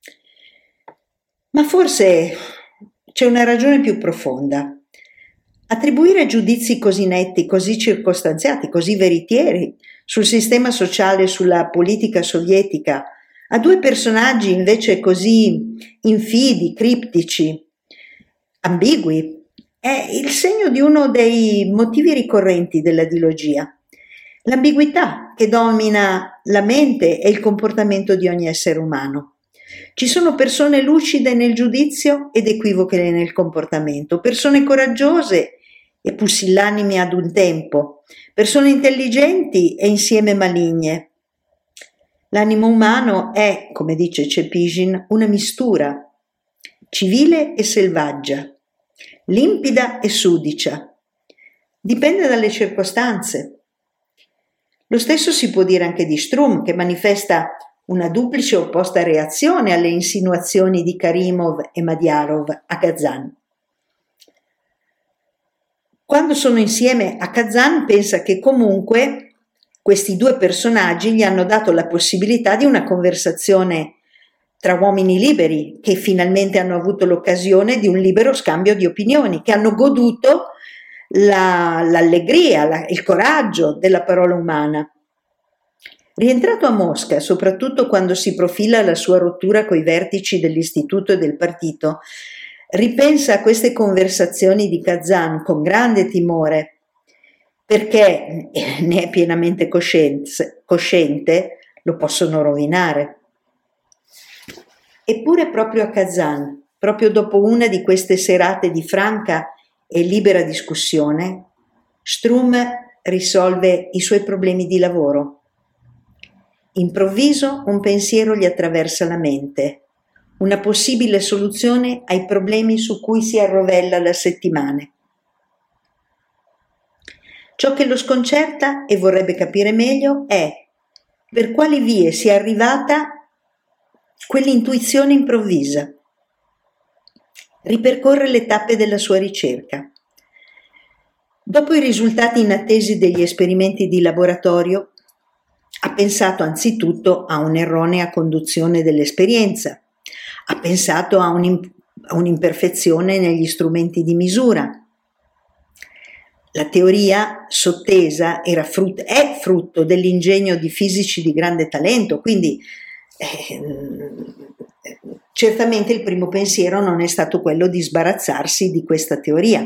Ma forse c'è una ragione più profonda. Attribuire giudizi così netti, così circostanziati, così veritieri sul sistema sociale e sulla politica sovietica a due personaggi invece così infidi, criptici, ambigui, è il segno di uno dei motivi ricorrenti della dilogia, l'ambiguità che domina la mente e il comportamento di ogni essere umano. Ci sono persone lucide nel giudizio ed equivoche nel comportamento, persone coraggiose e pusillanimi ad un tempo, persone intelligenti e insieme maligne. L'animo umano è, come dice Cepijin, una mistura, civile e selvaggia, limpida e sudicia. Dipende dalle circostanze. Lo stesso si può dire anche di Strum, che manifesta una duplice opposta reazione alle insinuazioni di Karimov e Madiarov a Kazan. Quando sono insieme a Kazan pensa che comunque questi due personaggi gli hanno dato la possibilità di una conversazione tra uomini liberi, che finalmente hanno avuto l'occasione di un libero scambio di opinioni, che hanno goduto la, l'allegria, la, il coraggio della parola umana. Rientrato a Mosca, soprattutto quando si profila la sua rottura coi vertici dell'istituto e del partito, ripensa a queste conversazioni di Kazan con grande timore, perché ne è pienamente coscienze, cosciente, lo possono rovinare. Eppure proprio a Kazan, proprio dopo una di queste serate di franca e libera discussione, Strum risolve i suoi problemi di lavoro. Improvviso un pensiero gli attraversa la mente, una possibile soluzione ai problemi su cui si arrovella da settimane. Ciò che lo sconcerta e vorrebbe capire meglio è per quali vie sia arrivata quell'intuizione improvvisa. Ripercorre le tappe della sua ricerca. Dopo i risultati inattesi degli esperimenti di laboratorio, ha pensato anzitutto a un'erronea conduzione dell'esperienza, ha pensato a, un, a un'imperfezione negli strumenti di misura. La teoria sottesa era frutto, è frutto dell'ingegno di fisici di grande talento, quindi eh, certamente il primo pensiero non è stato quello di sbarazzarsi di questa teoria.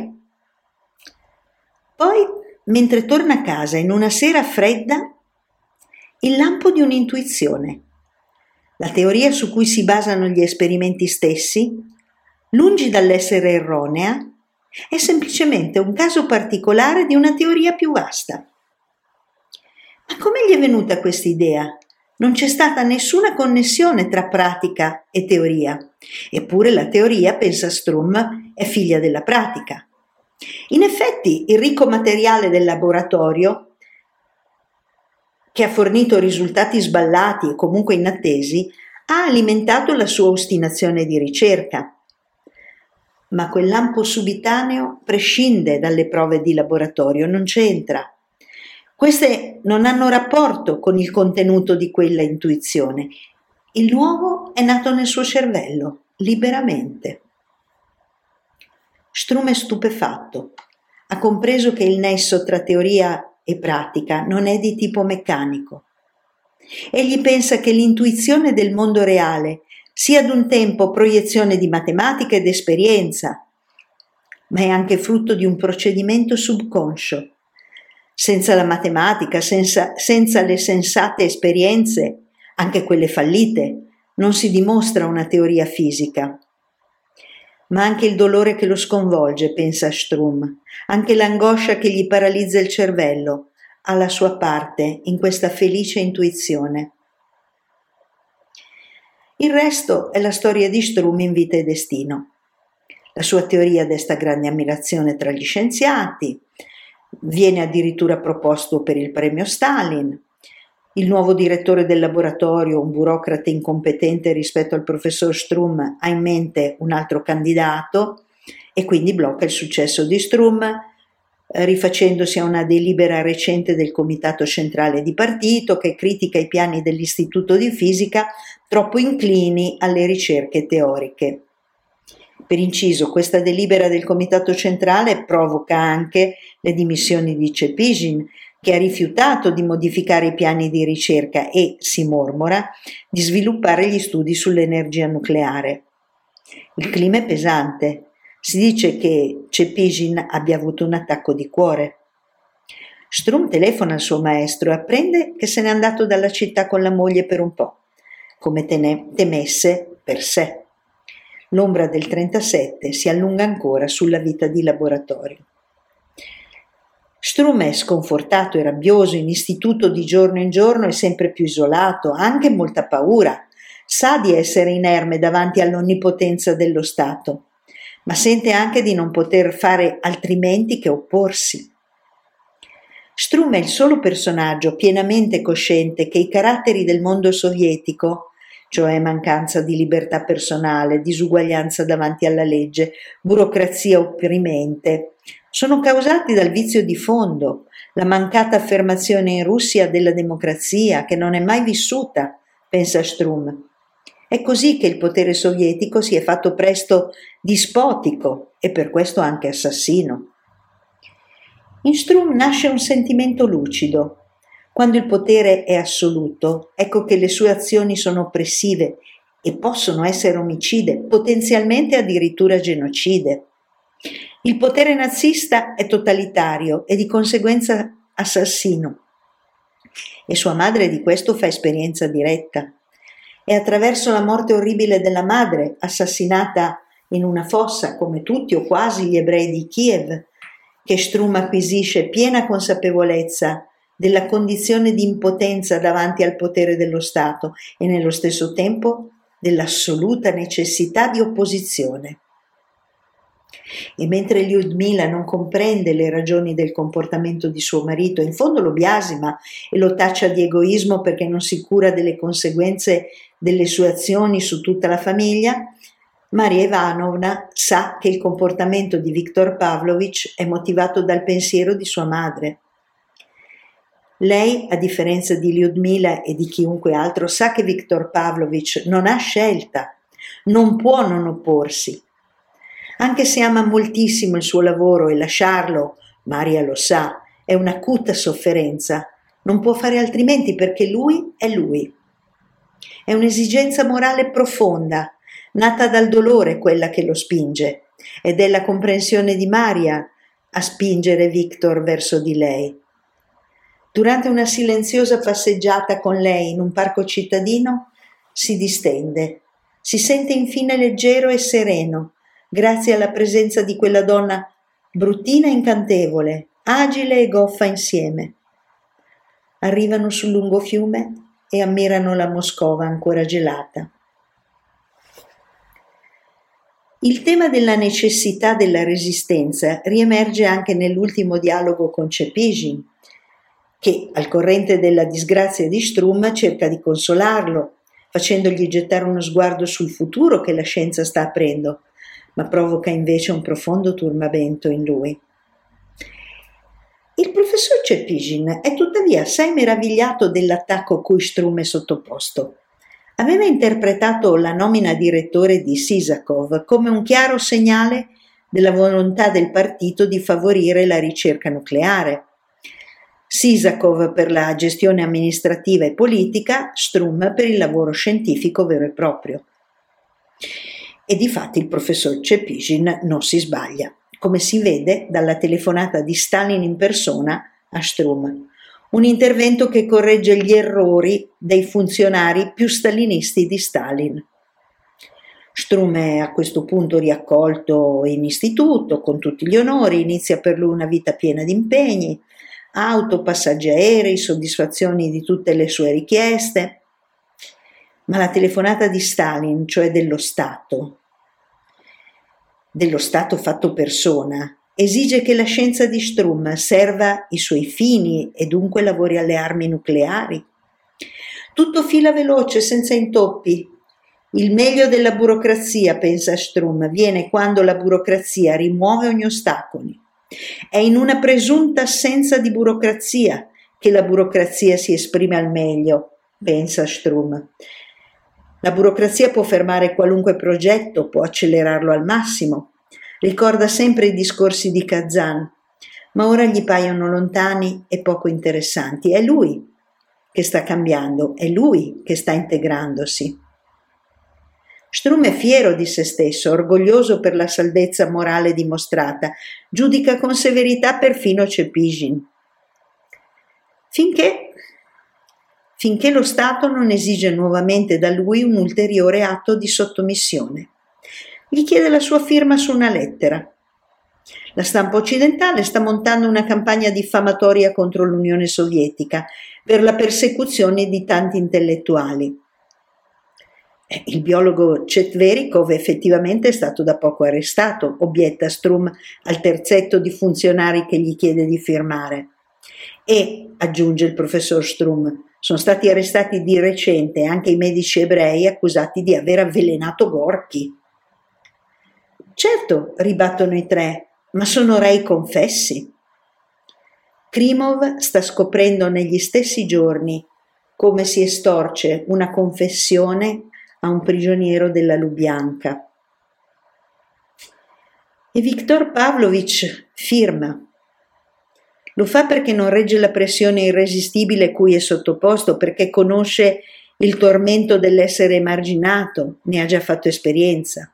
Poi, mentre torna a casa in una sera fredda, il lampo di un'intuizione. La teoria su cui si basano gli esperimenti stessi, lungi dall'essere erronea, è semplicemente un caso particolare di una teoria più vasta. Ma come gli è venuta questa idea? Non c'è stata nessuna connessione tra pratica e teoria. Eppure la teoria, pensa Strum, è figlia della pratica. In effetti, il ricco materiale del laboratorio, che ha fornito risultati sballati e comunque inattesi, ha alimentato la sua ostinazione di ricerca. Ma quel lampo subitaneo prescinde dalle prove di laboratorio, non c'entra. Queste non hanno rapporto con il contenuto di quella intuizione. Il nuovo è nato nel suo cervello, liberamente. Strum è stupefatto. Ha compreso che il nesso tra teoria e pratica non è di tipo meccanico. Egli pensa che l'intuizione del mondo reale sia ad un tempo proiezione di matematica ed esperienza, ma è anche frutto di un procedimento subconscio. Senza la matematica, senza, senza le sensate esperienze, anche quelle fallite, non si dimostra una teoria fisica. Ma anche il dolore che lo sconvolge, pensa Strum, anche l'angoscia che gli paralizza il cervello, ha la sua parte in questa felice intuizione. Il resto è la storia di Strum in Vita e Destino. La sua teoria desta grande ammirazione tra gli scienziati, viene addirittura proposto per il premio Stalin. Il nuovo direttore del laboratorio, un burocrate incompetente rispetto al professor Strum, ha in mente un altro candidato e quindi blocca il successo di Strum, rifacendosi a una delibera recente del comitato centrale di partito che critica i piani dell'Istituto di Fisica troppo inclini alle ricerche teoriche. Per inciso, questa delibera del comitato centrale provoca anche le dimissioni di Cepysin, che ha rifiutato di modificare i piani di ricerca e, si mormora, di sviluppare gli studi sull'energia nucleare. Il clima è pesante. Si dice che Cepysin abbia avuto un attacco di cuore. Strum telefona al suo maestro e apprende che se n'è andato dalla città con la moglie per un po', come tene- temesse per sé. L'ombra del trentasette si allunga ancora sulla vita di laboratorio. Strum è sconfortato e rabbioso in istituto di giorno in giorno e sempre più isolato, ha anche molta paura. Sa di essere inerme davanti all'onnipotenza dello Stato, ma sente anche di non poter fare altrimenti che opporsi. Strum è il solo personaggio pienamente cosciente che i caratteri del mondo sovietico, cioè mancanza di libertà personale, disuguaglianza davanti alla legge, burocrazia opprimente, sono causati dal vizio di fondo, la mancata affermazione in Russia della democrazia che non è mai vissuta, pensa Strum. È così che il potere sovietico si è fatto presto dispotico e per questo anche assassino. In Strum nasce un sentimento lucido. Quando il potere è assoluto, ecco che le sue azioni sono oppressive e possono essere omicide, potenzialmente addirittura genocide. Il potere nazista è totalitario e di conseguenza assassino. E sua madre di questo fa esperienza diretta. È attraverso la morte orribile della madre, assassinata in una fossa come tutti o quasi gli ebrei di Kiev, che Strum acquisisce piena consapevolezza della condizione di impotenza davanti al potere dello Stato e nello stesso tempo dell'assoluta necessità di opposizione. E mentre Lyudmila non comprende le ragioni del comportamento di suo marito, in fondo lo biasima e lo taccia di egoismo perché non si cura delle conseguenze delle sue azioni su tutta la famiglia, Maria Ivanovna sa che il comportamento di Viktor Pavlovich è motivato dal pensiero di sua madre. Lei, a differenza di Lyudmila e di chiunque altro, sa che Viktor Pavlovich non ha scelta, non può non opporsi. Anche se ama moltissimo il suo lavoro e lasciarlo, Maria lo sa, è un'acuta sofferenza, non può fare altrimenti perché lui è lui. È un'esigenza morale profonda, nata dal dolore quella che lo spinge, ed è la comprensione di Maria a spingere Viktor verso di lei. Durante una silenziosa passeggiata con lei in un parco cittadino si distende, si sente infine leggero e sereno, grazie alla presenza di quella donna bruttina e incantevole, agile e goffa insieme. Arrivano sul lungo fiume e ammirano la Moscova ancora gelata. Il tema della necessità della resistenza riemerge anche nell'ultimo dialogo con Cepysin, che, al corrente della disgrazia di Strum, cerca di consolarlo, facendogli gettare uno sguardo sul futuro che la scienza sta aprendo, ma provoca invece un profondo turbamento in lui. Il professor Cepigin è tuttavia assai meravigliato dell'attacco cui Strum è sottoposto. Aveva interpretato la nomina direttore di Sisakov come un chiaro segnale della volontà del partito di favorire la ricerca nucleare. Sisakov per la gestione amministrativa e politica, Strum per il lavoro scientifico vero e proprio. E difatti il professor Cepigin non si sbaglia, come si vede dalla telefonata di Stalin in persona a Strum, un intervento che corregge gli errori dei funzionari più stalinisti di Stalin. Strum è a questo punto riaccolto in istituto con tutti gli onori, inizia per lui una vita piena di impegni, auto, passaggi aerei, soddisfazioni di tutte le sue richieste. Ma la telefonata di Stalin, cioè dello Stato, dello Stato fatto persona, esige che la scienza di Strum serva i suoi fini e dunque lavori alle armi nucleari. Tutto fila veloce, senza intoppi. Il meglio della burocrazia, pensa Strum, viene quando la burocrazia rimuove ogni ostacolo. È in una presunta assenza di burocrazia che la burocrazia si esprime al meglio, pensa Strum. La burocrazia può fermare qualunque progetto, può accelerarlo al massimo. Ricorda sempre i discorsi di Kazan, ma ora gli paiono lontani e poco interessanti. È lui che sta cambiando, è lui che sta integrandosi. Strum è fiero di se stesso, orgoglioso per la saldezza morale dimostrata, giudica con severità perfino Cepigin. Finché, finché lo Stato non esige nuovamente da lui un ulteriore atto di sottomissione. Gli chiede la sua firma su una lettera. La stampa occidentale sta montando una campagna diffamatoria contro l'Unione Sovietica per la persecuzione di tanti intellettuali. Il biologo Chetverikov effettivamente è stato da poco arrestato, obietta Strum al terzetto di funzionari che gli chiede di firmare. E, aggiunge il professor Strum, sono stati arrestati di recente anche i medici ebrei accusati di aver avvelenato Gorky. Certo, ribattono i tre, ma sono rei confessi. Krimov sta scoprendo negli stessi giorni come si estorce una confessione a un prigioniero della Lubianka. E Viktor Pavlovich firma. Lo fa perché non regge la pressione irresistibile cui è sottoposto, perché conosce il tormento dell'essere emarginato, ne ha già fatto esperienza.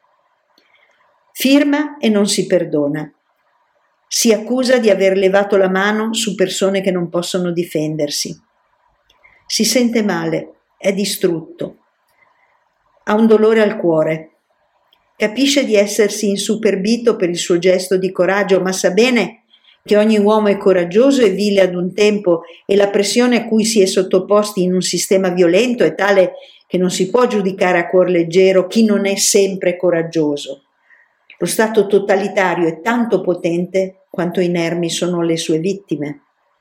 Firma e non si perdona. Si accusa di aver levato la mano su persone che non possono difendersi. Si sente male, è distrutto. Ha un dolore al cuore. Capisce di essersi insuperbito per il suo gesto di coraggio, ma sa bene che ogni uomo è coraggioso e vile ad un tempo e la pressione a cui si è sottoposti in un sistema violento è tale che non si può giudicare a cuor leggero chi non è sempre coraggioso. Lo Stato totalitario è tanto potente quanto inermi sono le sue vittime.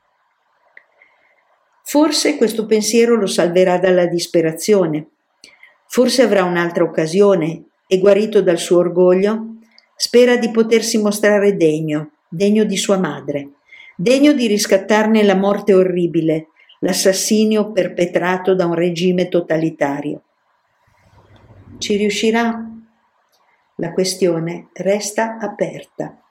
Forse questo pensiero lo salverà dalla disperazione. Forse avrà un'altra occasione e, guarito dal suo orgoglio, spera di potersi mostrare degno, degno di sua madre, degno di riscattarne la morte orribile, l'assassinio perpetrato da un regime totalitario. Ci riuscirà? La questione resta aperta.